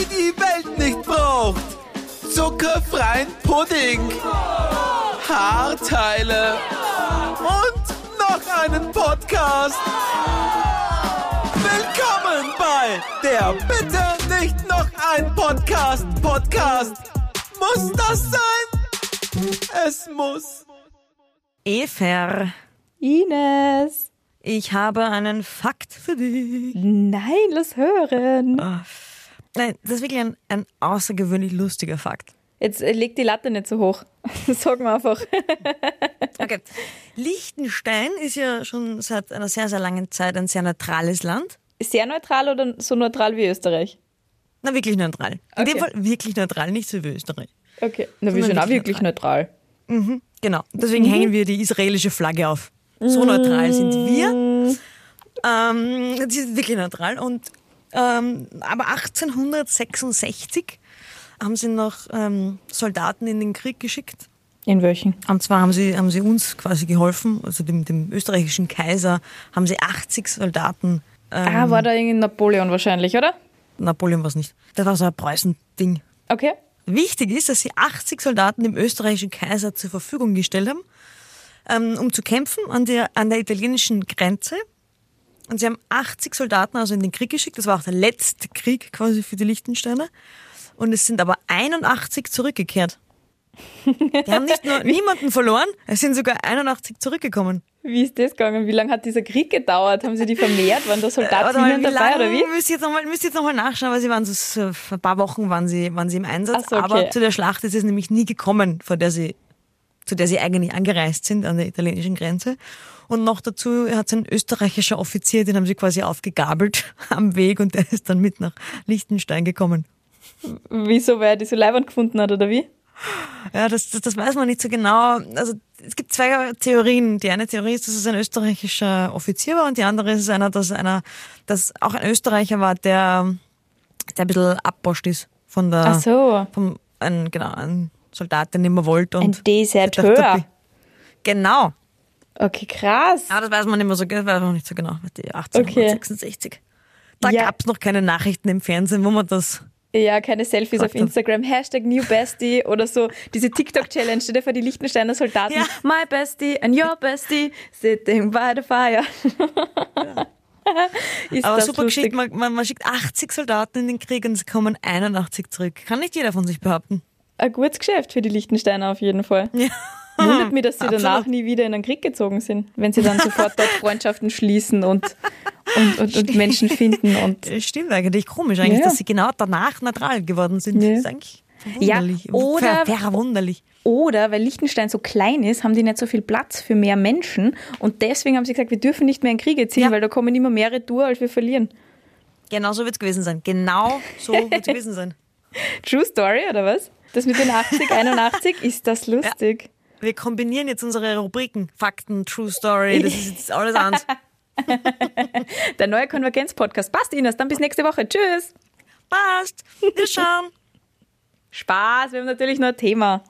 die die Welt nicht braucht. Zuckerfreien Pudding. Haarteile. Und noch einen Podcast. Willkommen bei der Bitte nicht noch ein Podcast. Muss das sein? Es muss. Eva, Ines. ich habe einen Fakt für dich. Nein, lass hören. Nein, das ist wirklich ein außergewöhnlich lustiger Fakt. Jetzt leg die Latte nicht so hoch. Sag mal einfach. Okay. Liechtenstein ist ja schon seit einer sehr, sehr langen Zeit ein sehr neutrales Land. Sehr neutral oder so neutral wie Österreich? Na, wirklich neutral. In Okay. dem Fall wirklich neutral, nicht so wie Österreich. Okay. Na, wir Sondern sind auch wirklich wirklich neutral. Genau. Deswegen hängen wir die israelische Flagge auf. So neutral sind wir. Die sind wirklich neutral. Und, aber 1866 haben sie noch Soldaten in den Krieg geschickt. In welchen? Und zwar haben sie uns quasi geholfen, also dem österreichischen Kaiser haben sie 80 Soldaten. War da irgendwie Napoleon wahrscheinlich, oder? Napoleon war es nicht. Das war so ein Preußen-Ding. Okay. Wichtig ist, dass sie 80 Soldaten dem österreichischen Kaiser zur Verfügung gestellt haben, um zu kämpfen an der italienischen Grenze. Und sie haben 80 Soldaten also in den Krieg geschickt. Das war auch der letzte Krieg quasi für die Liechtensteiner. Und es sind aber 81 zurückgekehrt. Die haben nicht nur niemanden verloren, es sind sogar 81 zurückgekommen. Wie ist das gegangen? Wie lange hat dieser Krieg gedauert? Haben sie die vermehrt? Waren da Soldatinnen dabei oder wie? Müsst ihr jetzt noch mal nachschauen, weil sie waren so ein paar Wochen waren sie im Einsatz. Ach so, okay. Aber zu der Schlacht ist es nämlich nie gekommen, zu der sie eigentlich angereist sind an der italienischen Grenze. Und noch dazu hat es ein österreichischer Offizier, den haben sie quasi aufgegabelt am Weg und der ist dann mit nach Liechtenstein gekommen. Wieso, weil er die so leibend gefunden hat oder wie? Ja, das weiß man nicht so genau. Also es gibt zwei Theorien. Die eine Theorie ist, dass es ein österreichischer Offizier war und die andere ist dass auch ein Österreicher war, der ein bisschen abposcht ist von der, Ach so. ein Soldat, den nicht mehr wollte. Ein Und Deserteur. Genau. Okay, krass. Aber das weiß man nicht so genau. Die 1866. Da Ja. gab es noch keine Nachrichten im Fernsehen, wo man das... Ja, keine Selfies auf Sagt er. Instagram, #NewBestie oder so. Diese TikTok-Challenge, stell dir vor, die Liechtensteiner Soldaten. Ja. My Bestie and your Bestie sitting by the fire. Ist Aber das super lustig. geschickt, man schickt 80 Soldaten in den Krieg und es kommen 81 zurück. Kann nicht jeder von sich behaupten. Ein gutes Geschäft für die Liechtensteiner auf jeden Fall. Ja. Wundert mich, dass sie Absolut. danach nie wieder in den Krieg gezogen sind, wenn sie dann sofort dort Freundschaften schließen und Menschen finden. Und Stimmt eigentlich, komisch eigentlich, Ja. dass sie genau danach neutral geworden sind. Ja. Das ist eigentlich Ja, verwunderlich. oder- Verwunderlich. Oder weil Liechtenstein so klein ist, haben die nicht so viel Platz für mehr Menschen und deswegen haben sie gesagt, wir dürfen nicht mehr in Kriege ziehen, Ja. weil da kommen immer mehr retour, als wir verlieren. Genau so wird es gewesen sein. Genau so wird es gewesen sein. True Story, oder was? Das mit den 80, 81, ist das lustig? Wir kombinieren jetzt unsere Rubriken. Fakten, True Story, das ist jetzt alles eins. Der neue Konvergenz-Podcast. Passt, Ines, dann bis nächste Woche. Tschüss. Passt. Wir schauen. Spaß, wir haben natürlich noch ein Thema.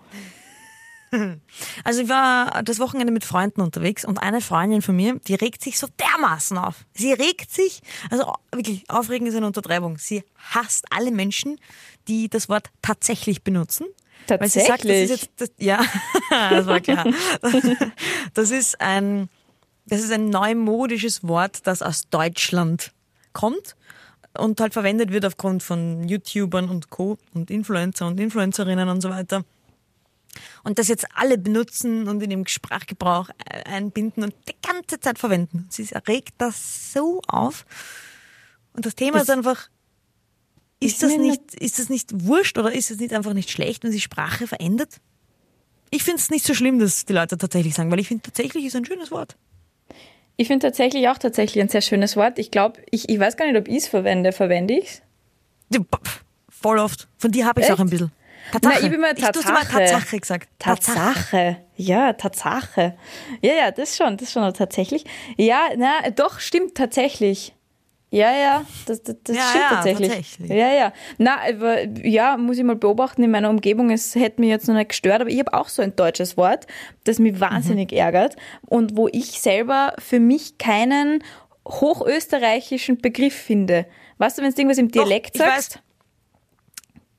Also ich war das Wochenende mit Freunden unterwegs und eine Freundin von mir, die regt sich so dermaßen auf. Sie regt sich, also wirklich, aufregen ist eine Untertreibung. Sie hasst alle Menschen, die das Wort tatsächlich benutzen. Weil sie sagt, das ist jetzt, ja, das war klar. Das ist ein neumodisches Wort, das aus Deutschland kommt und halt verwendet wird aufgrund von YouTubern und Co. und Influencer und Influencerinnen und so weiter. Und das jetzt alle benutzen und in ihrem Sprachgebrauch einbinden und die ganze Zeit verwenden. Sie regt das so auf. Und das Thema ist einfach, ist das nicht wurscht oder ist es nicht einfach nicht schlecht, wenn sich Sprache verändert? Ich finde es nicht so schlimm, dass die Leute tatsächlich sagen, weil ich finde, tatsächlich ist ein schönes Wort. Ich finde tatsächlich ein sehr schönes Wort. Ich glaube, ich weiß gar nicht, ob ich es verwende. Verwende ich es? Ja, voll oft. Von dir habe ich es auch ein bisschen. Tatsache. Na, ich bin mal Du hast immer Tatsache gesagt. Tatsache. Ja, Tatsache. Ja, das schon tatsächlich. Ja, na, doch, stimmt tatsächlich. Ja, das Ja, stimmt ja, tatsächlich. tatsächlich. Ja. Na, aber ja, muss ich mal beobachten in meiner Umgebung. Es hätte mich jetzt noch nicht gestört, aber ich habe auch so ein deutsches Wort, das mich wahnsinnig ärgert und wo ich selber für mich keinen hochösterreichischen Begriff finde. Weißt du, wenn du irgendwas im Dialekt ich sagst?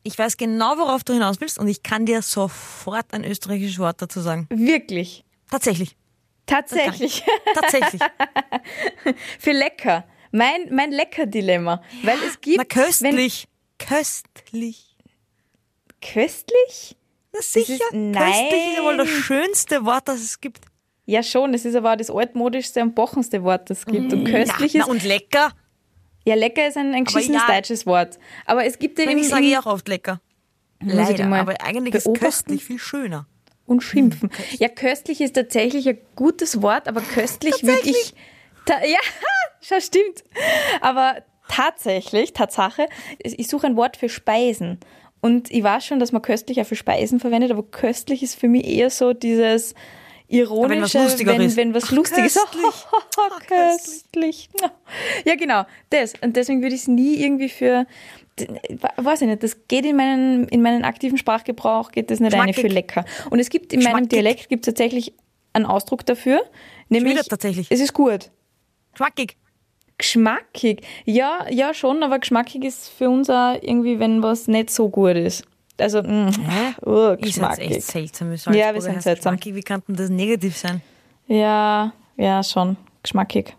Ich weiß genau, worauf du hinaus willst und ich kann dir sofort ein österreichisches Wort dazu sagen. Wirklich. Tatsächlich. Tatsächlich. Tatsächlich. Für lecker. Mein Lecker-Dilemma. Weil es gibt. Na, köstlich. Köstlich. Köstlich? Na sicher. nein. Köstlich ist ja wohl das schönste Wort, das es gibt. Ja, schon. Es ist aber auch das altmodischste und bochendste Wort, das es gibt. Und köstlich Ja, ist. na, und lecker. Ja, lecker ist ein geschissenes ja. deutsches Wort. Aber es gibt ja Ich sage auch oft lecker. Muss ich Leider, dir mal aber eigentlich ist beobachten? köstlich viel schöner. Und schimpfen. Ja, köstlich ist tatsächlich ein gutes Wort, aber köstlich würde ich. Ja, schau, stimmt. Aber Tatsache, ich suche ein Wort für Speisen. Und ich weiß schon, dass man köstlich auch für Speisen verwendet, aber köstlich ist für mich eher so dieses ironische, wenn was Lustiges ist. Köstlich. Ja, genau, das. Und deswegen würde ich es nie irgendwie für, weiß ich nicht, das geht in meinen aktiven Sprachgebrauch, geht das nicht rein für lecker. Und es gibt in meinem Dialekt gibt es tatsächlich einen Ausdruck dafür, nämlich, tatsächlich. es ist gut. Schmackig. Geschmackig. Ja, schon, aber geschmackig ist für uns auch irgendwie, wenn was nicht so gut ist. Also, Ist jetzt echt seltsam. Ja, wir sind seltsam. Schmackig, wie kann denn das negativ sein? Ja, schon. Geschmackig.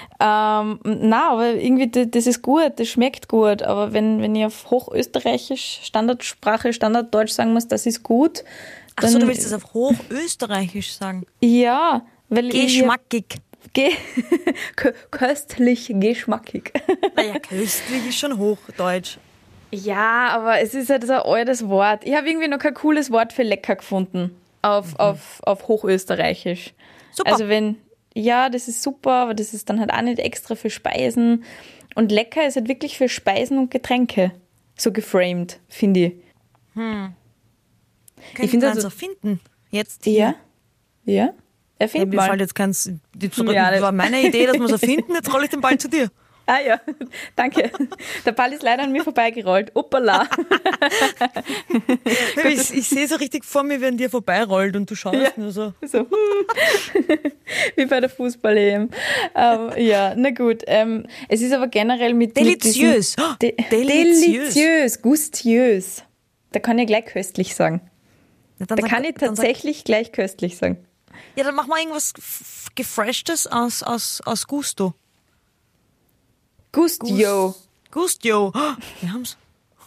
Na, aber irgendwie, das ist gut, das schmeckt gut. Aber wenn ich auf Hochösterreichisch, Standardsprache, Standarddeutsch sagen muss, das ist gut. Ach so, du willst das auf Hochösterreichisch sagen? Ja, weil Geschmackig. Köstlich, geschmackig. Naja, köstlich ist schon Hochdeutsch. Ja, aber es ist halt so ein altes Wort. Ich habe irgendwie noch kein cooles Wort für lecker gefunden auf Hochösterreichisch. Super. Also ja, das ist super, aber das ist dann halt auch nicht extra für Speisen. Und lecker ist halt wirklich für Speisen und Getränke so geframed, finde ich. Ich finde das erfinden. Jetzt hier. Ja. Erfind Mir mal. fällt jetzt das war meine Idee, dass wir es erfinden. Jetzt rolle ich den Ball zu dir. Ah ja, danke. Der Ball ist leider an mir vorbeigerollt. Uppala. Ich sehe so richtig vor mir, wie an dir vorbeirollt und du schaust nur so. So. Wie bei der Fußball-EM. Ja, na gut. Es ist aber generell mit Deliziös. Deliziös, gustiös. Da kann ich gleich köstlich sagen. Ja, Da kann ich tatsächlich gleich köstlich sagen. Ja, dann mach mal irgendwas Gefreshtes aus Gusto. Gustio. Gustio. Wir haben's.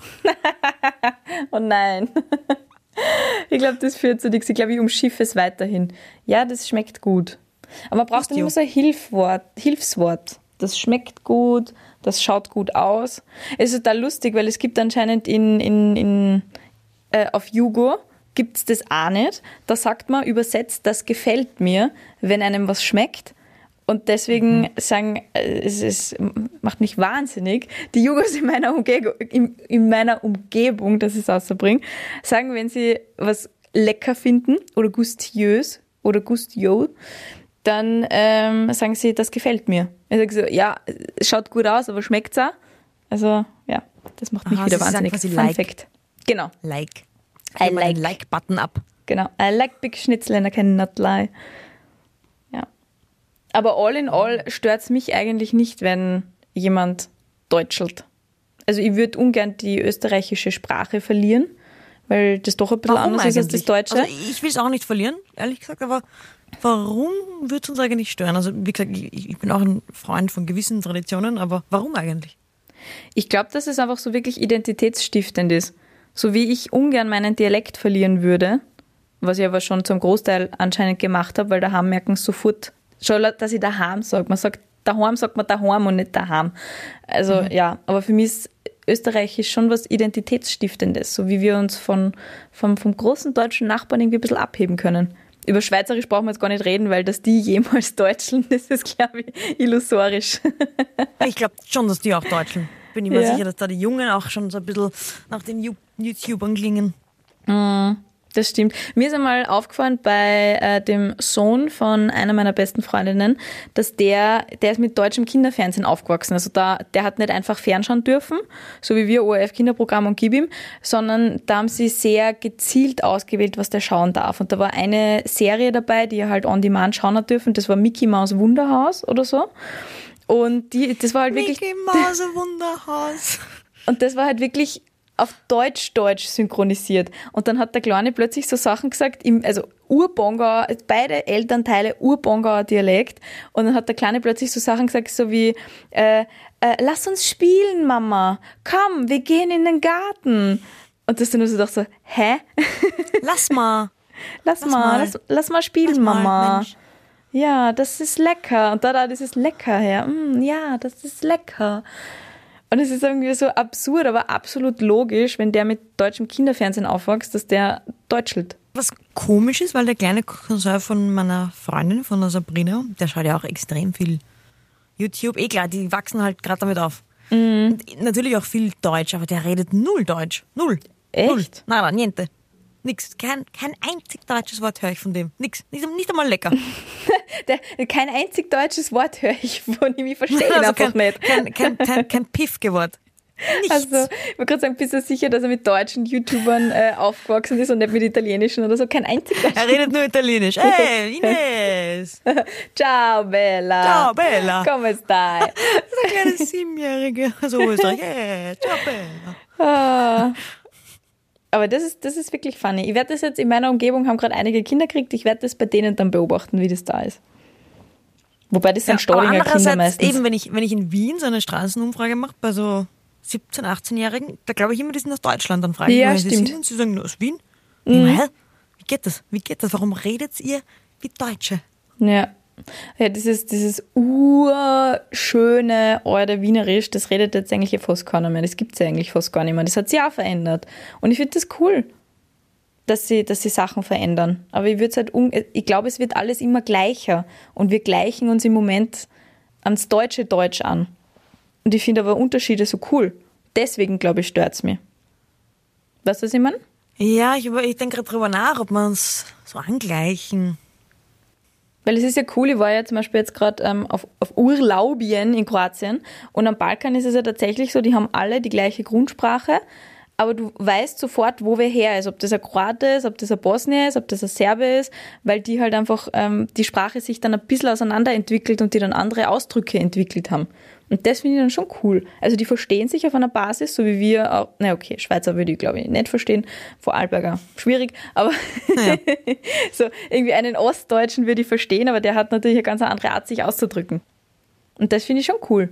Oh nein. Ich glaube, das führt zu nichts. Ich glaube, ich umschiffe es weiterhin. Ja, das schmeckt gut. Aber man braucht dann immer so ein Hilfswort. Das schmeckt gut, das schaut gut aus. Es ist total lustig, weil es gibt anscheinend auf Jugo gibt es das auch nicht. Da sagt man übersetzt, das gefällt mir, wenn einem was schmeckt. Und deswegen sagen, es macht mich wahnsinnig. Die Jugos in meiner Umgebung, dass ich es rausbringe, sagen, wenn sie was lecker finden oder gustiös oder gustio, dann sagen sie, das gefällt mir. Ich sage so, ja, es schaut gut aus, aber schmeckt's auch? Also, ja, das macht mich wieder wahnsinnig. Fun Fact. Genau. Like. I like. Like-Button ab. Genau. I like big Schnitzel and I cannot lie. Ja. Aber all in all stört es mich eigentlich nicht, wenn jemand deutschelt. Also ich würde ungern die österreichische Sprache verlieren, weil das doch ein bisschen anders ist als das Deutsche. Also ich will es auch nicht verlieren, ehrlich gesagt, aber warum würde es uns eigentlich stören? Also wie gesagt, ich bin auch ein Freund von gewissen Traditionen, aber warum eigentlich? Ich glaube, dass es einfach so wirklich identitätsstiftend ist. So wie ich ungern meinen Dialekt verlieren würde, was ich aber schon zum Großteil anscheinend gemacht habe, weil daheim merken sie sofort, schon, dass ich daheim sage. Man sagt daheim und nicht daheim. Also ja, aber für mich ist Österreich schon was Identitätsstiftendes, so wie wir uns vom großen deutschen Nachbarn irgendwie ein bisschen abheben können. Über Schweizerisch brauchen wir jetzt gar nicht reden, weil dass die jemals deutscheln, das ist, glaube ich, illusorisch. Ich glaube schon, dass die auch deutscheln. Bin ich mir sicher, dass da die Jungen auch schon so ein bisschen nach den YouTubern klingen. Das stimmt. Mir ist einmal aufgefallen bei dem Sohn von einer meiner besten Freundinnen, dass der ist mit deutschem Kinderfernsehen aufgewachsen. Also der hat nicht einfach fernschauen dürfen, so wie wir ORF-Kinderprogramm und gib ihm, sondern da haben sie sehr gezielt ausgewählt, was der schauen darf. Und da war eine Serie dabei, die er halt on demand schauen hat dürfen. Das war Mickey Maus Wunderhaus oder so. Und das war halt wirklich... Mickey Maus Wunderhaus. Und das war halt wirklich auf Deutsch synchronisiert. Und dann hat der Kleine plötzlich so Sachen gesagt, also Urbongauer, beide Elternteile Urbongauer Dialekt. Und dann hat der Kleine plötzlich so Sachen gesagt, so wie, lass uns spielen, Mama. Komm, wir gehen in den Garten. Und das dann nur so dachte so, hä? Lass mal. Lass mal spielen, Mama. Mensch. Ja, das ist lecker. Und da dieses Lecker her. Ja, das ist lecker. Und es ist irgendwie so absurd, aber absolut logisch, wenn der mit deutschem Kinderfernsehen aufwächst, dass der deutschelt. Was komisch ist, weil der kleine Cousin von meiner Freundin, von der Sabrina, der schaut ja auch extrem viel YouTube. Klar, die wachsen halt gerade damit auf. Und natürlich auch viel Deutsch, aber der redet null Deutsch. Null. Echt? Null. Nein, niente. Nix. Kein einzig deutsches Wort höre ich von dem. Nix. Nicht einmal lecker. Kein einzig deutsches Wort höre ich von ihm. Ich verstehe ihn einfach nicht. Kein Piffgewort. Nichts. Also, ich wollte gerade sagen, bist du sicher, dass er mit deutschen YouTubern aufgewachsen ist und nicht mit italienischen oder so? Kein einzig deutsches. Er redet nur Italienisch. Hey, Ines. Ciao, Bella. Ciao, Bella. Come stai? Das ist eine kleine Siebenjährige. Also Österreich. Hey, ciao, Bella. Ah. Aber das ist wirklich funny. Ich werde das jetzt in meiner Umgebung, haben gerade einige Kinder gekriegt, ich werde das bei denen dann beobachten, wie das da ist. Wobei das sind Staudinger Kinder meistens. Eben, wenn ich in Wien so eine Straßenumfrage mache, bei so 17-, 18-Jährigen, da glaube ich immer, die sind aus Deutschland. Dann frage ich Ja, mich, stimmt. sie sind, sie sagen nur aus Wien. Hä? Wie geht das? Warum redet ihr wie Deutsche? Ja. Ja, dieses urschöne, alte Wienerisch, das redet jetzt eigentlich ja fast keiner mehr. Das gibt es ja eigentlich fast gar nicht mehr. Das hat sich auch verändert. Und ich finde das cool, dass sie Sachen verändern. Aber ich glaube, es wird alles immer gleicher. Und wir gleichen uns im Moment ans deutsche Deutsch an. Und ich finde aber Unterschiede so cool. Deswegen, glaube ich, stört es mich. Weißt du, was ich meine? Ja, ich denke gerade drüber nach, ob wir uns so angleichen. Weil es ist ja cool, ich war ja zum Beispiel jetzt gerade auf Urlaubien in Kroatien und am Balkan ist es ja tatsächlich so, die haben alle die gleiche Grundsprache, aber du weißt sofort, wo wer her ist, ob das ein Kroate ist, ob das ein Bosnier ist, ob das ein Serbe ist, weil die halt einfach die Sprache sich dann ein bisschen auseinanderentwickelt und die dann andere Ausdrücke entwickelt haben. Und das finde ich dann schon cool. Also die verstehen sich auf einer Basis, so wie wir auch, na okay, Schweizer würde ich glaube ich nicht verstehen, Vorarlberger schwierig, aber Ja. so irgendwie einen Ostdeutschen würde ich verstehen, aber der hat natürlich eine ganz andere Art, sich auszudrücken. Und das finde ich schon cool.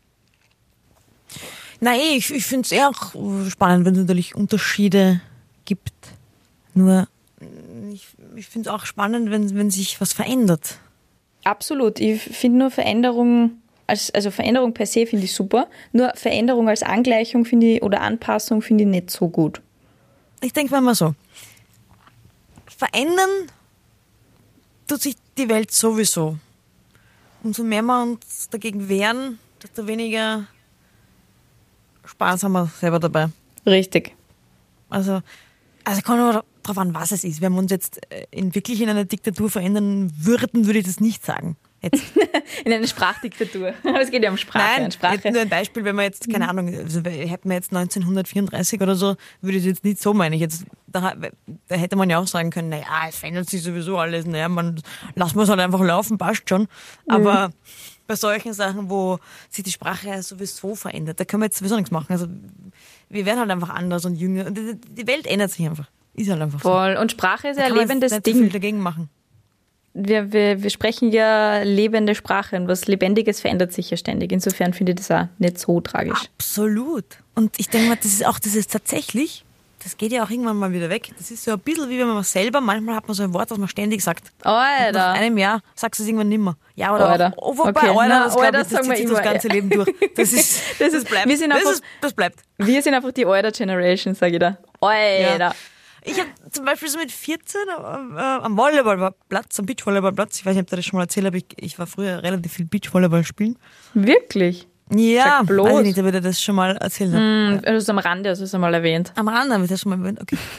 Nein, ich finde es eher auch spannend, wenn es natürlich Unterschiede gibt. Nur, ich finde es auch spannend, wenn sich was verändert. Absolut. Ich finde nur Veränderung per se finde ich super. Nur Veränderung als Angleichung finde ich oder Anpassung finde ich nicht so gut. Ich denke mir mal so, verändern tut sich die Welt sowieso. Umso mehr wir uns dagegen wehren, desto weniger Spaß haben wir selber dabei. Richtig. Also kommt nur darauf an, was es ist. Wenn wir uns jetzt wirklich in einer Diktatur verändern würden, würde ich das nicht sagen. Jetzt. In eine Sprachdiktatur. Aber es geht ja um Sprache. Nein, jetzt nur ein Beispiel, wenn man jetzt, keine Ahnung, also hätten wir jetzt 1934 oder so, würde ich jetzt nicht so meinen. Da hätte man ja auch sagen können, naja, es verändert sich sowieso alles, naja, lassen wir es halt einfach laufen, passt schon. Aber bei solchen Sachen, wo sich die Sprache sowieso verändert, da können wir jetzt sowieso nichts machen. Also wir werden halt einfach anders und jünger. Und die Welt ändert sich einfach. Ist halt einfach so. Voll. Und Sprache ist ja ein Da kann man lebendes nicht so Ding. viel dagegen machen. Wir sprechen ja lebende Sprache und was Lebendiges verändert sich ja ständig. Insofern finde ich das auch nicht so tragisch. Absolut. Und ich denke mal, das ist auch dieses tatsächlich, das geht ja auch irgendwann mal wieder weg. Das ist so ein bisschen wie wenn man selber, manchmal hat man so ein Wort, was man ständig sagt. Und nach Alter. einem Jahr sagst du es irgendwann nimmer. Ja, oder Alter. auch, wobei, Okay. Alter, Na, das, glaub Alter ich, das sagen wir zieht sich das immer, ganze ja. Leben durch. Das bleibt. Das bleibt. Wir sind einfach die Alter Generation, sage ich da. Alter. Ja. Ich habe zum Beispiel so mit 14 am Volleyballplatz, am Beachvolleyballplatz, ich weiß nicht, ob ich das schon mal erzählt habe, ich war früher relativ viel Beachvolleyball spielen. Wirklich? Ja, Sag bloß. weiß ich nicht, ob ich dir das schon mal erzählt habe. Du hast am Rande, hast du es einmal erwähnt. Am Rand habe ich das schon mal erwähnt, okay.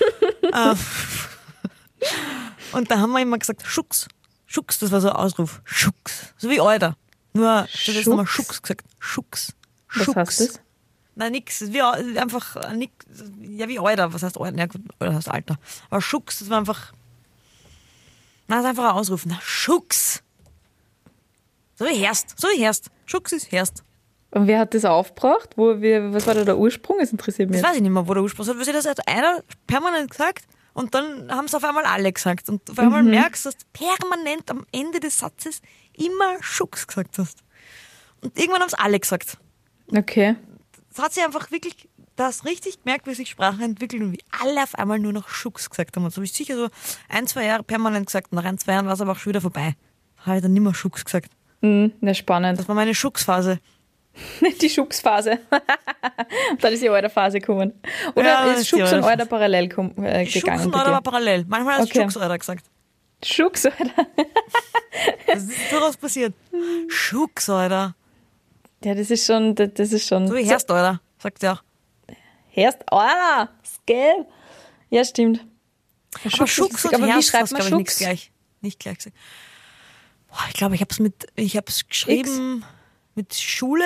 Und da haben wir immer gesagt, Schucks. Schucks, das war so ein Ausruf. Schucks. So wie Alter. Nur, du hast nochmal Schucks gesagt. Schucks. Was heißt das? Nein, nix. Wie einfach nix. Ja, wie Alter. Was heißt Alter? Ja, gut, Alter heißt Alter. Aber Schucks, das war einfach. Das ist einfach ein Ausruf. Na, Schucks. So wie Herst. Schucks ist Herst. Und wer hat das aufgebracht? Was war da der Ursprung? Das interessiert mich. Das weiß ich nicht mehr, wo der Ursprung ist. Weil das hat einer permanent gesagt und dann haben es auf einmal alle gesagt. Und auf einmal merkst du, dass du permanent am Ende des Satzes immer Schucks gesagt hast. Und irgendwann haben es alle gesagt. Okay. Das hat sich einfach wirklich, da hast richtig gemerkt, wie sich Sprache entwickelt und wie alle auf einmal nur noch Schucks gesagt haben. Und so habe ich sicher so 1-2 Jahre permanent gesagt. Nach 1-2 Jahren war es aber auch schon wieder vorbei. Da habe ich dann nicht mehr Schucks gesagt. Na, spannend. Das war meine Schucksphase. Die Schucksphase. Dann ist die Euder-Phase gekommen. Oder Ja, ist Schux und Euder parallel Schux gegangen? und Euder war parallel. Manchmal hast du Okay. Schux-Euder gesagt. Schux-Euder. Das ist durchaus passiert. Schux-Euder. Ja, das ist schon. So wie Herst-Euder, sagt sie auch. Herst, Euder, Skell. Ja, stimmt. Aber Schux und aber wie Herst schreibt hast, man glaube ich, Schux? nicht gleich gesagt. Boah, ich glaube, ich habe es geschrieben mit Schule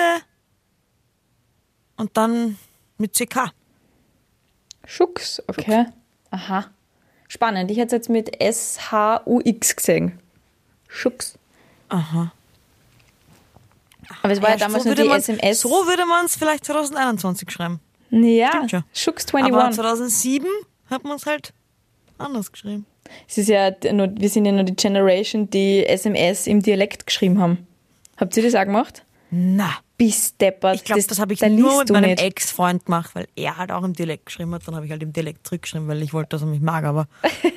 und dann mit CK. Schux, okay. Aha. Spannend. Ich hätte es jetzt mit SHUX gesehen. Schux. Aha. Aber es war ja damals nur die SMS. So würde man es vielleicht 2021 schreiben. Ja, Stimmt schon. Schux Aber 21. 2007 hat man es halt anders geschrieben. Es ist ja nur, wir sind ja nur die Generation, die SMS im Dialekt geschrieben haben. Habt ihr das auch gemacht? Na, Bis deppert. ich glaube, das habe ich da nur liest mit du meinem nicht. Ex-Freund gemacht, weil er halt auch im Dialekt geschrieben hat. Dann habe ich halt im Dialekt zurückgeschrieben, weil ich wollte, dass er mich mag. Aber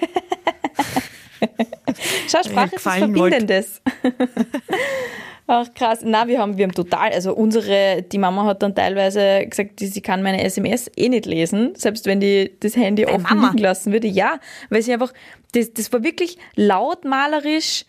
Schau, Sprache ist was gefallen wollt. Verbindendes. Ach krass. Nein, wir haben total, also die Mama hat dann teilweise gesagt, sie kann meine SMS eh nicht lesen, selbst wenn das Handy offen Mama? liegen lassen würde. Ja, weil sie einfach, das war wirklich lautmalerisch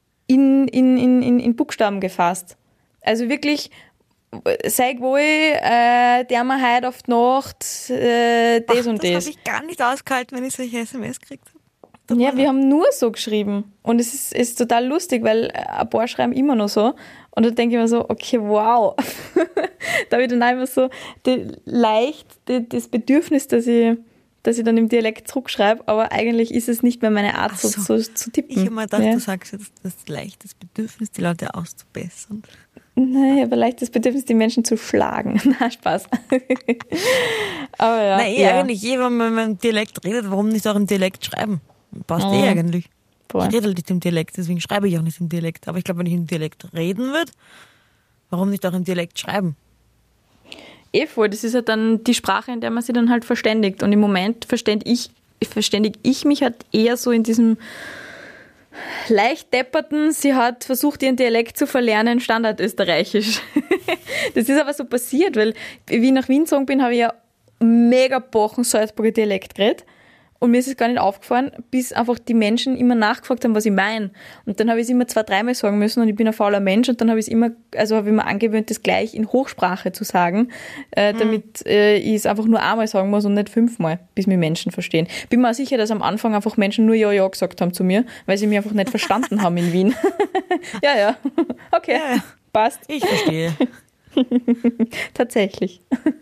in Buchstaben gefasst. Also wirklich, sag wohl, der mal heute auf die Nacht, das und das das. habe ich gar nicht ausgehalten, wenn ich solche SMS gekriegt habe. Ja, wir haben nur so geschrieben. Und es ist total lustig, weil ein paar schreiben immer noch so. Und da denke ich mir so, okay, wow. Da habe ich dann einfach so das Bedürfnis, dass ich dann im Dialekt zurückschreibe, aber eigentlich ist es nicht mehr meine Art, Ach so. so zu tippen. Ich habe mal gedacht, ja. du sagst jetzt das leichtes Bedürfnis, die Leute auszubessern. Nein, aber leicht das Bedürfnis, die Menschen zu schlagen. Na, Spaß. Aber ja. Nein, ja. eigentlich, wenn man im Dialekt redet, warum nicht auch im Dialekt schreiben? Passt eigentlich. Voll. Ich rede halt nicht im Dialekt, deswegen schreibe ich auch nicht im Dialekt. Aber ich glaube, wenn ich im Dialekt reden würde, warum nicht auch im Dialekt schreiben? Voll, das ist halt dann die Sprache, in der man sich dann halt verständigt. Und im Moment verständige ich mich halt eher so in diesem leicht depperten, sie hat versucht, ihren Dialekt zu verlernen, Standardösterreichisch. Das ist aber so passiert, weil wie ich nach Wien gezogen bin, habe ich ja mega Bochen Salzburger Dialekt geredet. Und mir ist es gar nicht aufgefallen, bis einfach die Menschen immer nachgefragt haben, was ich meine. Und dann habe ich es immer 2-3 Mal sagen müssen und ich bin ein fauler Mensch und dann habe ich mir angewöhnt, das gleich in Hochsprache zu sagen, damit ich es einfach nur einmal sagen muss und nicht 5-mal, bis mir Menschen verstehen. Bin mir auch sicher, dass am Anfang einfach Menschen nur Ja, Ja gesagt haben zu mir, weil sie mich einfach nicht verstanden haben in Wien. Ja, okay, Ja. passt. Ich verstehe. Tatsächlich.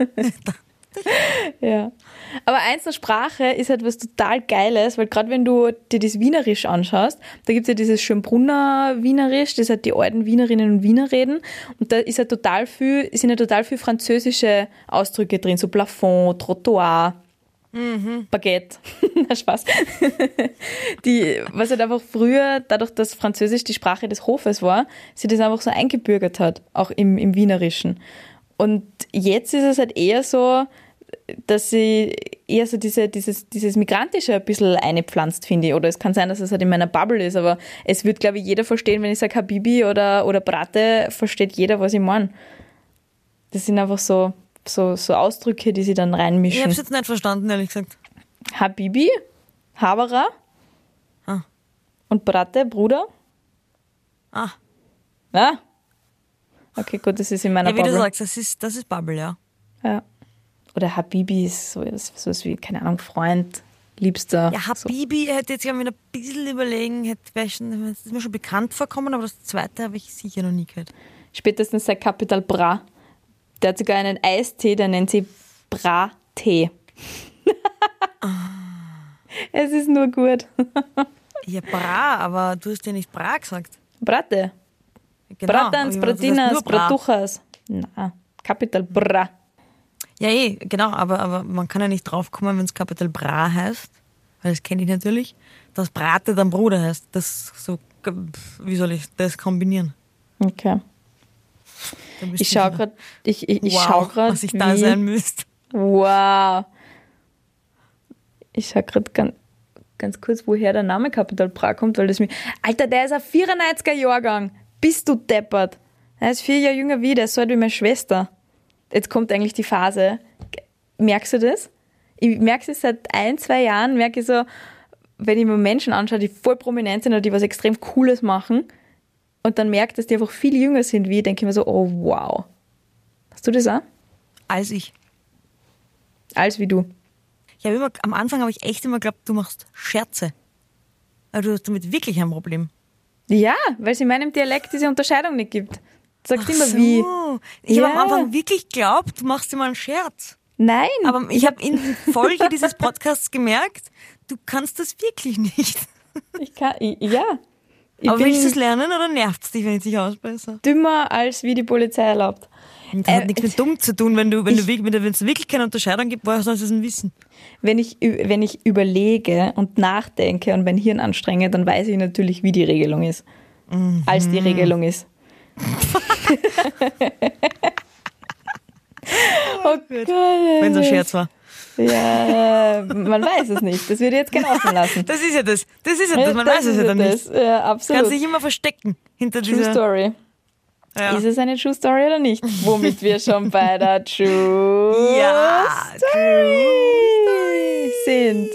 Ja. Aber eins, eine Sprache ist halt was total Geiles, weil gerade wenn du dir das Wienerisch anschaust, da gibt es ja dieses Schönbrunner Wienerisch, das halt die alten Wienerinnen und Wiener reden und da sind ja total viel französische Ausdrücke drin, so Plafond, Trottoir, Baguette. Na, Spaß. Was halt einfach früher, dadurch, dass Französisch die Sprache des Hofes war, sich das einfach so eingebürgert hat, auch im Wienerischen. Und jetzt ist es halt eher so, dass sie eher so dieses Migrantische ein bisschen einpflanzt, finde ich. Oder es kann sein, dass es halt in meiner Bubble ist, aber es wird, glaube ich, jeder verstehen, wenn ich sage Habibi oder Bratte, versteht jeder, was ich meine. Das sind einfach so Ausdrücke, die sie dann Ich reinmischen. habe es jetzt nicht verstanden, ehrlich gesagt. Habibi, Havara und Bratte, Bruder. Ah. Ah. Okay, gut, das ist in meiner Ja, wie Bubble. du sagst, das ist Bubble, ja. Ja. Oder Habibi ist sowas wie, keine Ahnung, Freund, Liebster. Ja, Habibi hätte jetzt ja wieder ein bisschen überlegen, das ist mir schon bekannt vorkommen, aber das zweite habe ich sicher noch nie gehört. Spätestens seit Capital Bra. Der hat sogar einen Eistee, der nennt sie Bra-Tee. Es ist nur gut. Ja, Bra, aber du hast ja nicht Bra gesagt. Bratte. Genau, Bratans, aber das heißt Bratinas, nur Bra. Bratuchas. Na, Capital Bra. Ja, genau, aber man kann ja nicht draufkommen, wenn es Capital Bra heißt, weil das kenne ich natürlich, dass Brate dann Bruder heißt. Das so, wie soll ich das kombinieren? Okay. Ich schaue gerade, was ich da sein müsste. Wow. Ich schaue gerade ganz kurz, woher der Name Capital Bra kommt, weil das mir. Alter, der ist ein 94er Jahrgang. Bist du deppert? Er ist 4 Jahre jünger wie ich, der ist so alt wie meine Schwester. Jetzt kommt eigentlich die Phase. Merkst du das? Ich merke es seit 1-2 Jahren, merke ich so, wenn ich mir Menschen anschaue, die voll prominent sind oder die was extrem Cooles machen und dann merke, dass die einfach viel jünger sind wie ich, denke ich mir so, oh wow. Hast du das auch? Als ich. Als wie du. Am Anfang habe ich echt immer geglaubt, du machst Scherze. Aber du hast damit wirklich ein Problem. Ja, weil es in meinem Dialekt diese Unterscheidung nicht gibt. Du sagst immer so. wie. Ich habe am Anfang wirklich geglaubt, du machst immer einen Scherz. Nein. Aber ich habe in Folge dieses Podcasts gemerkt, du kannst das wirklich nicht. Aber willst du es lernen oder nervt es dich, wenn ich dich ausbessere? Dümmer, als wie die Polizei erlaubt. Das hat nichts mit dumm zu tun, wenn es wirklich keine Unterscheidung gibt, woher sollst du es denn wissen? Wenn ich überlege und nachdenke und mein Hirn anstrenge, dann weiß ich natürlich, wie die Regelung ist. Als die Regelung ist. Oh Gott. Wenn es ein Scherz war. Ja, man weiß es nicht. Das würde ich jetzt gerne offen lassen. Das ist ja das. Man weiß es ja dann nicht. Ja, absolut. Kannst dich immer verstecken hinter True dieser... Story. Ja. Ist es eine True Story oder nicht? Womit wir schon bei der True Story sind.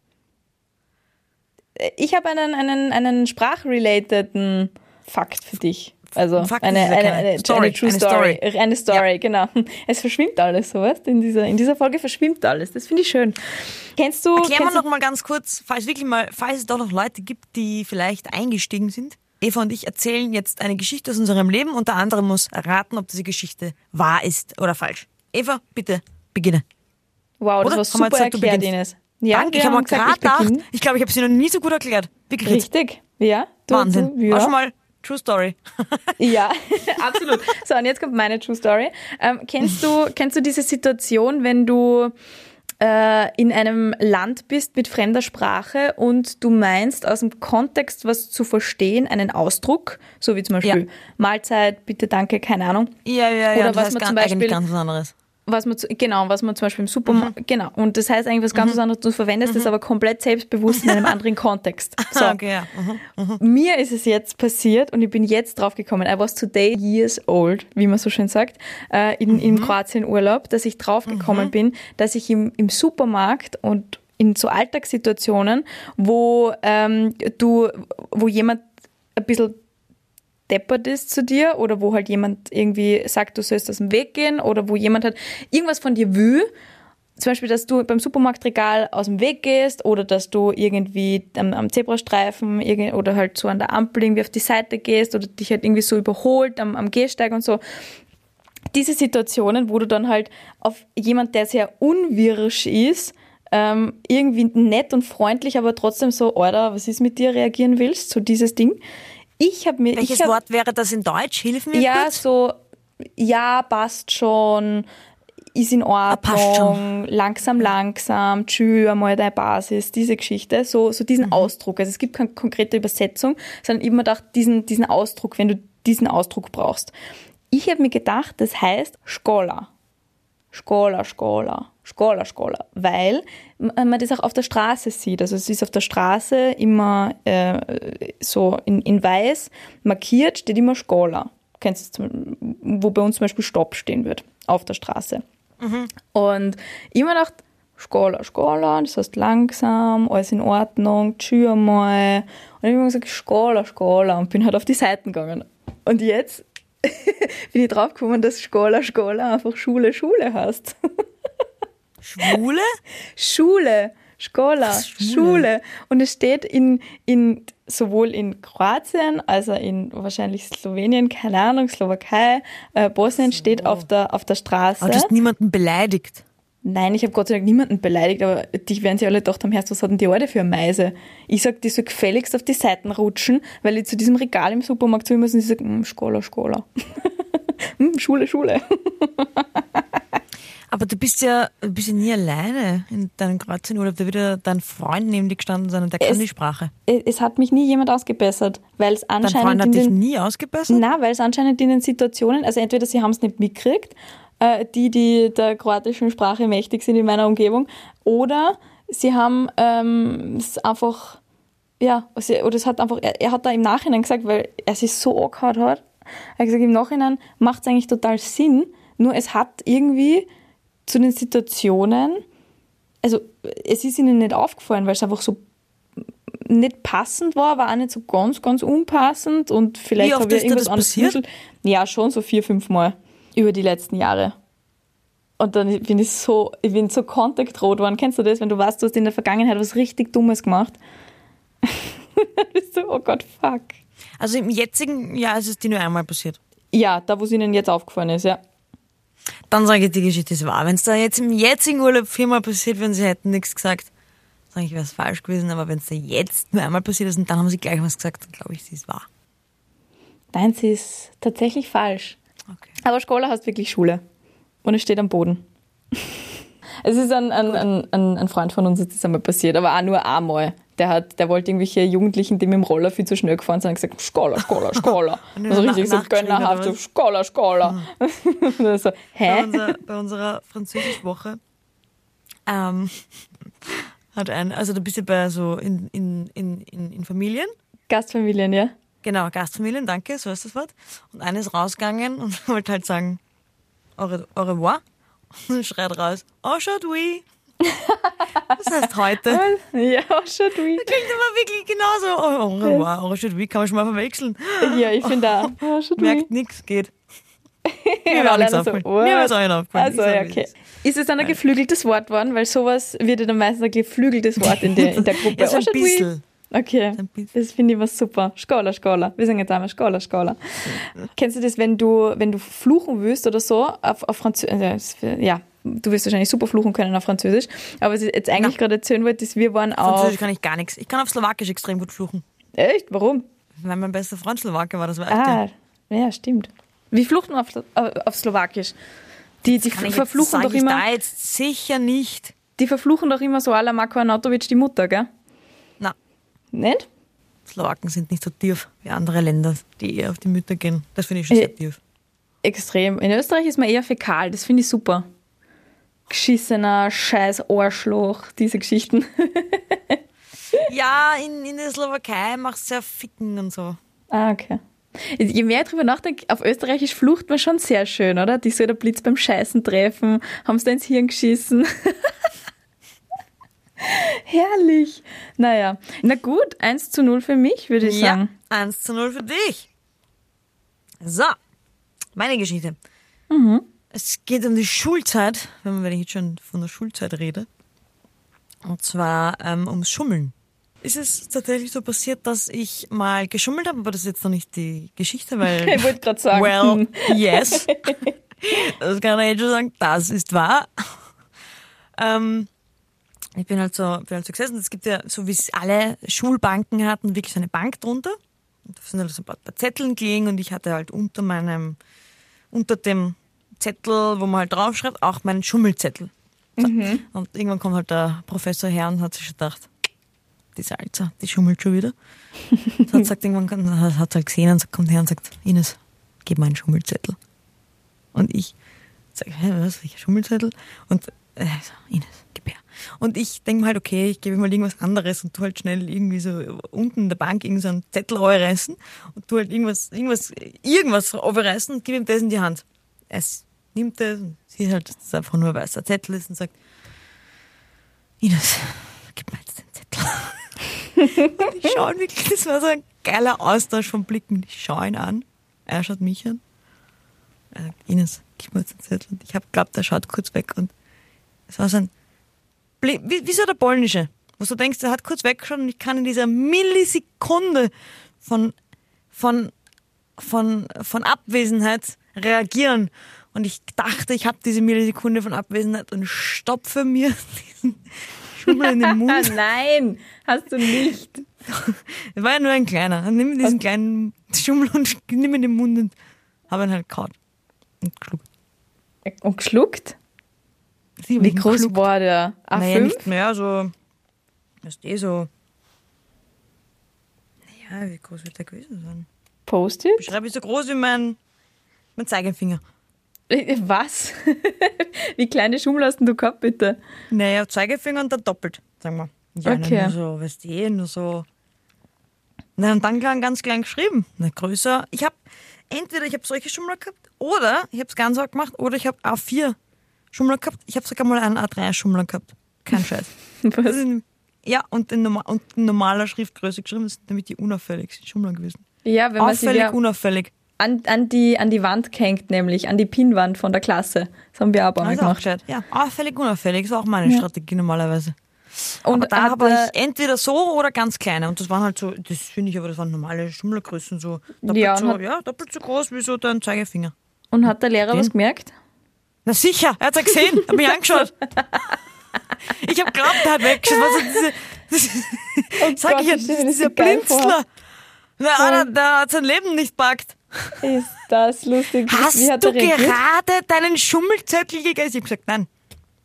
Ich habe einen sprachrelateden Fakt für dich. Also eine True Story. Eine Story, ja. Genau. Es verschwimmt alles, sowas. In dieser Folge verschwimmt alles. Das finde ich schön. Erklären wir noch mal ganz kurz, falls es doch noch Leute gibt, die vielleicht eingestiegen sind. Eva und ich erzählen jetzt eine Geschichte aus unserem Leben und der andere muss erraten, ob diese Geschichte wahr ist oder falsch. Eva, bitte, beginne. Wow, das war super erklärt, Ines. Ja, danke, ich habe mal gerade gedacht, ich glaube, ich habe sie noch nie so gut erklärt. Wirklich. Richtig, ja. Wahnsinn. Ja. War schon mal True Story. Ja, absolut. So, und jetzt kommt meine True Story. Kennst du diese Situation, wenn du in einem Land bist mit fremder Sprache und du meinst, aus dem Kontext was zu verstehen, einen Ausdruck, so wie zum Beispiel Mahlzeit, bitte, danke, keine Ahnung. Ja. Oder das was heißt man zum Beispiel, eigentlich ganz was anderes. Was man zum Beispiel im Supermarkt, genau. Und das heißt eigentlich was ganz anderes, du verwendest das aber komplett selbstbewusst in einem anderen Kontext. So. Okay, ja. Mir ist es jetzt passiert und ich bin jetzt drauf gekommen. I was today years old, wie man so schön sagt, in Kroatien Urlaub, dass ich drauf gekommen bin, dass ich im Supermarkt und in so Alltagssituationen, wo jemand ein bisschen deppert ist zu dir oder wo halt jemand irgendwie sagt, du sollst aus dem Weg gehen oder wo jemand halt irgendwas von dir will, zum Beispiel, dass du beim Supermarktregal aus dem Weg gehst oder dass du irgendwie am Zebrastreifen oder halt so an der Ampel irgendwie auf die Seite gehst oder dich halt irgendwie so überholt am Gehsteig und so. Diese Situationen, wo du dann halt auf jemand, der sehr unwirsch ist, irgendwie nett und freundlich, aber trotzdem so, Alter, was ist mit dir, reagieren willst, so dieses Ding. Welches Wort wäre das in Deutsch? Hilf mir kurz. So, ja, passt schon, ist in Ordnung, langsam, tschü, einmal deine Basis, diese Geschichte, so diesen Ausdruck. Also es gibt keine konkrete Übersetzung, sondern immer gedacht, diesen Ausdruck, wenn du diesen Ausdruck brauchst. Ich habe mir gedacht, das heißt Škola, weil man das auch auf der Straße sieht. Also es ist auf der Straße immer so in weiß markiert, steht immer Škola. Kennst du, wo bei uns zum Beispiel Stopp stehen wird, auf der Straße. Und ich habe mir gedacht, Škola, das heißt langsam, alles in Ordnung, tschü einmal. Und ich habe mir gesagt, Škola und bin halt auf die Seiten gegangen. Und jetzt bin ich draufgekommen, dass Škola einfach Schule heißt. Schwule? Schule. Schule. Und es steht sowohl in Kroatien, also in wahrscheinlich Slowenien, keine Ahnung, Slowakei, Bosnien steht auf der Straße. Aber du hast niemanden beleidigt. Nein, ich habe Gott sei Dank niemanden beleidigt, aber dich werden sie alle gedacht haben, was hat denn die Alte für eine Meise? Ich sag, die soll gefälligst auf die Seiten rutschen, weil ich zu diesem Regal im Supermarkt zu muss und ich sage, Škola. Schule. Aber du bist ja nie alleine in deinem Kroatienurlaub. Da wird ja dein Freund neben dir gestanden sein und der kann die Sprache. Es hat mich nie jemand ausgebessert, weil es anscheinend... Dein Freund hat dich nie ausgebessert? Nein, weil es anscheinend in den Situationen, also entweder sie haben es nicht mitgekriegt, die der kroatischen Sprache mächtig sind in meiner Umgebung, oder sie haben es einfach, ja, oder es hat einfach, er hat da im Nachhinein gesagt, weil er sich so angehört hat, er hat gesagt, im Nachhinein macht es eigentlich total Sinn, nur es hat irgendwie zu den Situationen, also es ist ihnen nicht aufgefallen, weil es einfach so nicht passend war auch nicht so ganz, ganz unpassend und vielleicht habe ich irgendwas anderes passiert. Ja, schon so 4-5 Mal über die letzten Jahre. Und dann bin ich so kontaktrot worden. Kennst du das, wenn du weißt, du hast in der Vergangenheit was richtig Dummes gemacht? Dann bist du, oh Gott, fuck. Also im jetzigen Jahr ist es dir nur einmal passiert? Ja, da wo es ihnen jetzt aufgefallen ist, ja. Dann sage ich, die Geschichte ist wahr. Wenn es da jetzt im jetzigen Urlaub 4-mal passiert, wenn sie hätten nichts gesagt, sage ich, wäre es falsch gewesen. Aber wenn es da jetzt nur einmal passiert ist und dann haben sie gleich was gesagt, dann glaube ich, sie ist wahr. Nein, sie ist tatsächlich falsch. Okay. Aber Schola heißt wirklich Schule. Und es steht am Boden. Es ist ein Freund von uns, ist das einmal passiert, aber auch nur einmal. Der wollte irgendwelche Jugendlichen, die mit dem Roller viel zu schnell gefahren sind, und gesagt, Schola. Also richtig so gönnerhaft, so Schola. So, hä? Bei unserer Französischwoche hat also du bist ja bei so in Familien. Gastfamilien, ja. Genau, Gastfamilien, danke, so ist das Wort. Und eine ist rausgegangen und wollte halt sagen, au revoir. Und schreit raus, aujourd'hui. Das heißt heute. Ja, aujourd'hui. Das klingt aber wirklich genauso. Au revoir, aujourd'hui kann man schon mal verwechseln. Ja, ich finde auch. Merkt nichts, geht. Mir war nichts aufgefallen. Mir ist auch nicht aufgefallen. Also, ja, okay. Ist es dann ein geflügeltes Wort worden? Weil sowas wird ja dann meistens ein geflügeltes Wort in der Gruppe. Ja, so ein bisschen. Okay, das finde ich was super. Schola. Wir sagen jetzt einmal Schola. Kennst du das, wenn du fluchen willst oder so, auf Französisch, ja, du wirst wahrscheinlich super fluchen können auf Französisch, aber was ich jetzt eigentlich gerade erzählen wollte, ist, wir waren auf... Französisch kann ich gar nichts. Ich kann auf Slowakisch extrem gut fluchen. Echt? Warum? Weil mein bester Freund Slowake war, das war echt ja, stimmt. Wie flucht man auf Slowakisch? Die verfluchen doch immer... Da jetzt sicher nicht. Die verfluchen doch immer so à la Marko Arnautovic die Mutter, gell? Nicht? Slowaken sind nicht so tief wie andere Länder, die eher auf die Mütter gehen. Das finde ich schon sehr tief. Extrem. In Österreich ist man eher fäkal, das finde ich super. Geschissener, scheiß Arschloch, diese Geschichten. Ja, in der Slowakei machst du ja Ficken und so. Ah, okay. Je mehr ich drüber nachdenke, auf Österreichisch flucht man schon sehr schön, oder? Die soll der Blitz beim Scheißen treffen, haben sie da ins Hirn geschissen. Herrlich. Naja, na gut, 1:0 für mich, würde ich sagen. Ja, 1:0 für dich. So, meine Geschichte. Es geht um die Schulzeit, wenn ich jetzt schon von der Schulzeit rede. Und zwar ums Schummeln. Ist es tatsächlich so passiert, dass ich mal geschummelt habe, aber das ist jetzt noch nicht die Geschichte, weil... Ich wollte gerade sagen. Well, yes. Das kann ich jetzt schon sagen, das ist wahr. Ich bin halt so gesessen. Es gibt ja, so wie es alle Schulbanken hatten, wirklich so eine Bank drunter. Und da sind halt so ein paar Zetteln gelegen und ich hatte halt unter dem Zettel, wo man halt draufschreibt, auch meinen Schummelzettel. So. Und irgendwann kommt halt der Professor her und hat sich schon gedacht, die Salza, die schummelt schon wieder. Und hat gesagt, irgendwann hat halt gesehen und kommt her und sagt, Ines, gib mir einen Schummelzettel. Und ich sage, hä, was, welcher Schummelzettel? Und Ines, gib her. Und ich denke mir halt, okay, ich gebe mal irgendwas anderes und tu halt schnell irgendwie so unten in der Bank irgend so einen Zettel aufreißen und tu halt irgendwas aufreißen und gebe ihm das in die Hand. Er nimmt das und sieht halt, dass das einfach nur ein weißer Zettel ist und sagt, Ines, gib mir jetzt den Zettel. Und ich schaue ihn wirklich, das war so ein geiler Austausch von Blicken. Ich schaue ihn an, er schaut mich an. Er sagt, Ines, gib mir jetzt den Zettel. Und ich habe geglaubt, er schaut kurz weg und es war so ein wie so der polnische, wo du denkst, er hat kurz weggeschaut und ich kann in dieser Millisekunde von Abwesenheit reagieren. Und ich dachte, ich habe diese Millisekunde von Abwesenheit und stopfe mir diesen Schummel in den Mund. Nein, hast du nicht. Es war ja nur ein kleiner. Dann nimm diesen kleinen Schummel und nimm in den Mund und habe ihn halt gehauen. Und geschluckt. Und geschluckt? Sie haben Wie ihn groß geschluckt. war der? Naja, A5? nicht mehr, so. Das ist so. Naja, wie groß wird der gewesen sein? Post-it? Beschreibe ich so groß wie mein Zeigefinger. Was? Wie kleine Schummel hast denn du gehabt, bitte? Naja, Zeigefinger und dann doppelt, sagen wir. Ja, Okay. nur so, weißt du, nur so. Na, und dann ganz klein geschrieben. Na, größer. Ich habe solche Schummler gehabt, oder ich habe es ganz arg gemacht, oder ich habe A4 Schummler gehabt. Ich habe sogar mal einen A3 Schummler gehabt. Kein Scheiß. Was? Ja, und in normaler Schriftgröße geschrieben, das sind nämlich die unauffälligsten Schummler gewesen. Ja, wenn man sie Auffällig, ja unauffällig. an die Wand gehängt, nämlich an die Pinnwand von der Klasse. Das haben wir auch ein paar Mal Also auch gemacht. gescheit. Ja, auffällig, unauffällig. ist auch meine Strategie normalerweise. Und Aber dann hat habe er- ich entweder so oder ganz kleine. Und das waren halt so, das finde ich aber, das waren normale Schummlergrößen. So Ja, und doppelt so groß wie so dein Zeigefinger. Und hat der Lehrer Den? was gemerkt? Na sicher, er hat ja gesehen, hat mich angeschaut. Ich habe geglaubt, er hat weggeschaut. Sag Gott, ich ich stell mir jetzt, das dieser so geil vor. Blinzler. Na, der hat sein Leben nicht packt. Ist das lustig? Wie Hast hat du er reagiert? gerade deinen Schummelzettel gegessen? Ich habe gesagt, nein.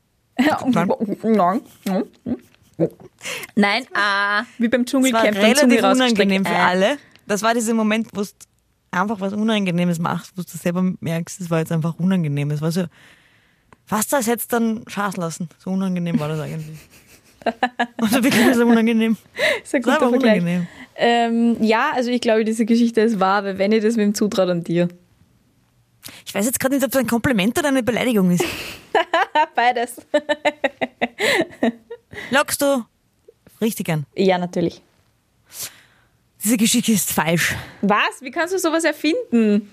Nein, wie beim Das war Dschungelcamp, beim relativ Dschungel unangenehm für rausgestreckt. alle. Das war dieser Moment, wo du einfach was Unangenehmes machst, wo du selber merkst, es war jetzt einfach unangenehm. Es war so, fast als hättest du dann Schaß lassen. So unangenehm war das eigentlich. Also wirklich so unangenehm. Ist ein Das war guter aber Vergleich. unangenehm. Ja, also ich glaube, diese Geschichte ist wahr, weil wenn ich das wem zutraut, an dir. Ich weiß jetzt gerade nicht, ob es ein Kompliment oder eine Beleidigung ist. Beides. Lockst du richtig an. Ja, natürlich. Diese Geschichte ist falsch. Was? Wie kannst du sowas erfinden?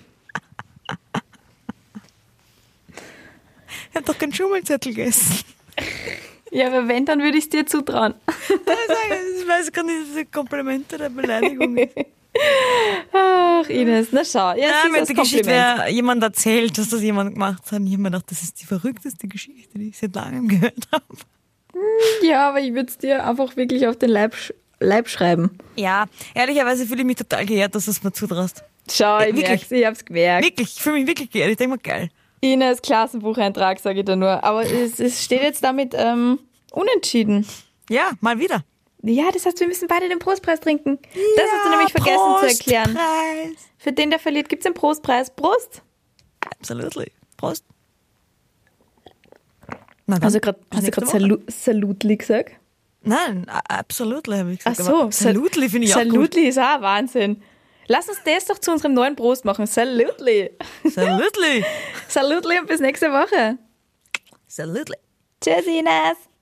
Ich habe doch keinen Schummelzettel gegessen. Ja, aber wenn, dann würde ich es dir zutrauen. Ich weiß gar nicht, ob es ein Kompliment oder eine Beleidigung ist. Ach, Ines, na schau. Ja, Ja, es wenn ist die das Geschichte Kompliment. wäre, jemand erzählt, dass das jemand gemacht hat, und ich habe mir gedacht, das ist die verrückteste Geschichte, die ich seit langem gehört habe. Ja, aber ich würde es dir einfach wirklich auf den Leib schreiben. Ja, ehrlicherweise fühle ich mich total geehrt, dass du es mir zutraust. Schau, ich wirklich. merk's, ich hab's gemerkt. Wirklich, ich fühle mich wirklich geehrt. Ich denke mir, geil. Ines, Klassenbucheintrag, sage ich da nur. Aber es steht jetzt damit unentschieden. Ja, mal wieder. Ja, das heißt, wir müssen beide den Prostpreis trinken. Das hast du nämlich vergessen zu erklären. Prostpreis. Für den, der verliert, gibt's den Prostpreis. Prost! Absolutely. Prost. Na dann, Hast du gerade bis nächste Woche. Salutli gesagt? Nein, absolutely habe ich Ach gesagt. so. aber Salutli finde ich auch gut. Salutli ist auch Wahnsinn. Lass uns das doch zu unserem neuen Prost machen. Salutli. Salutli. Salutli und bis nächste Woche. Salutli. Tschüss, Ines.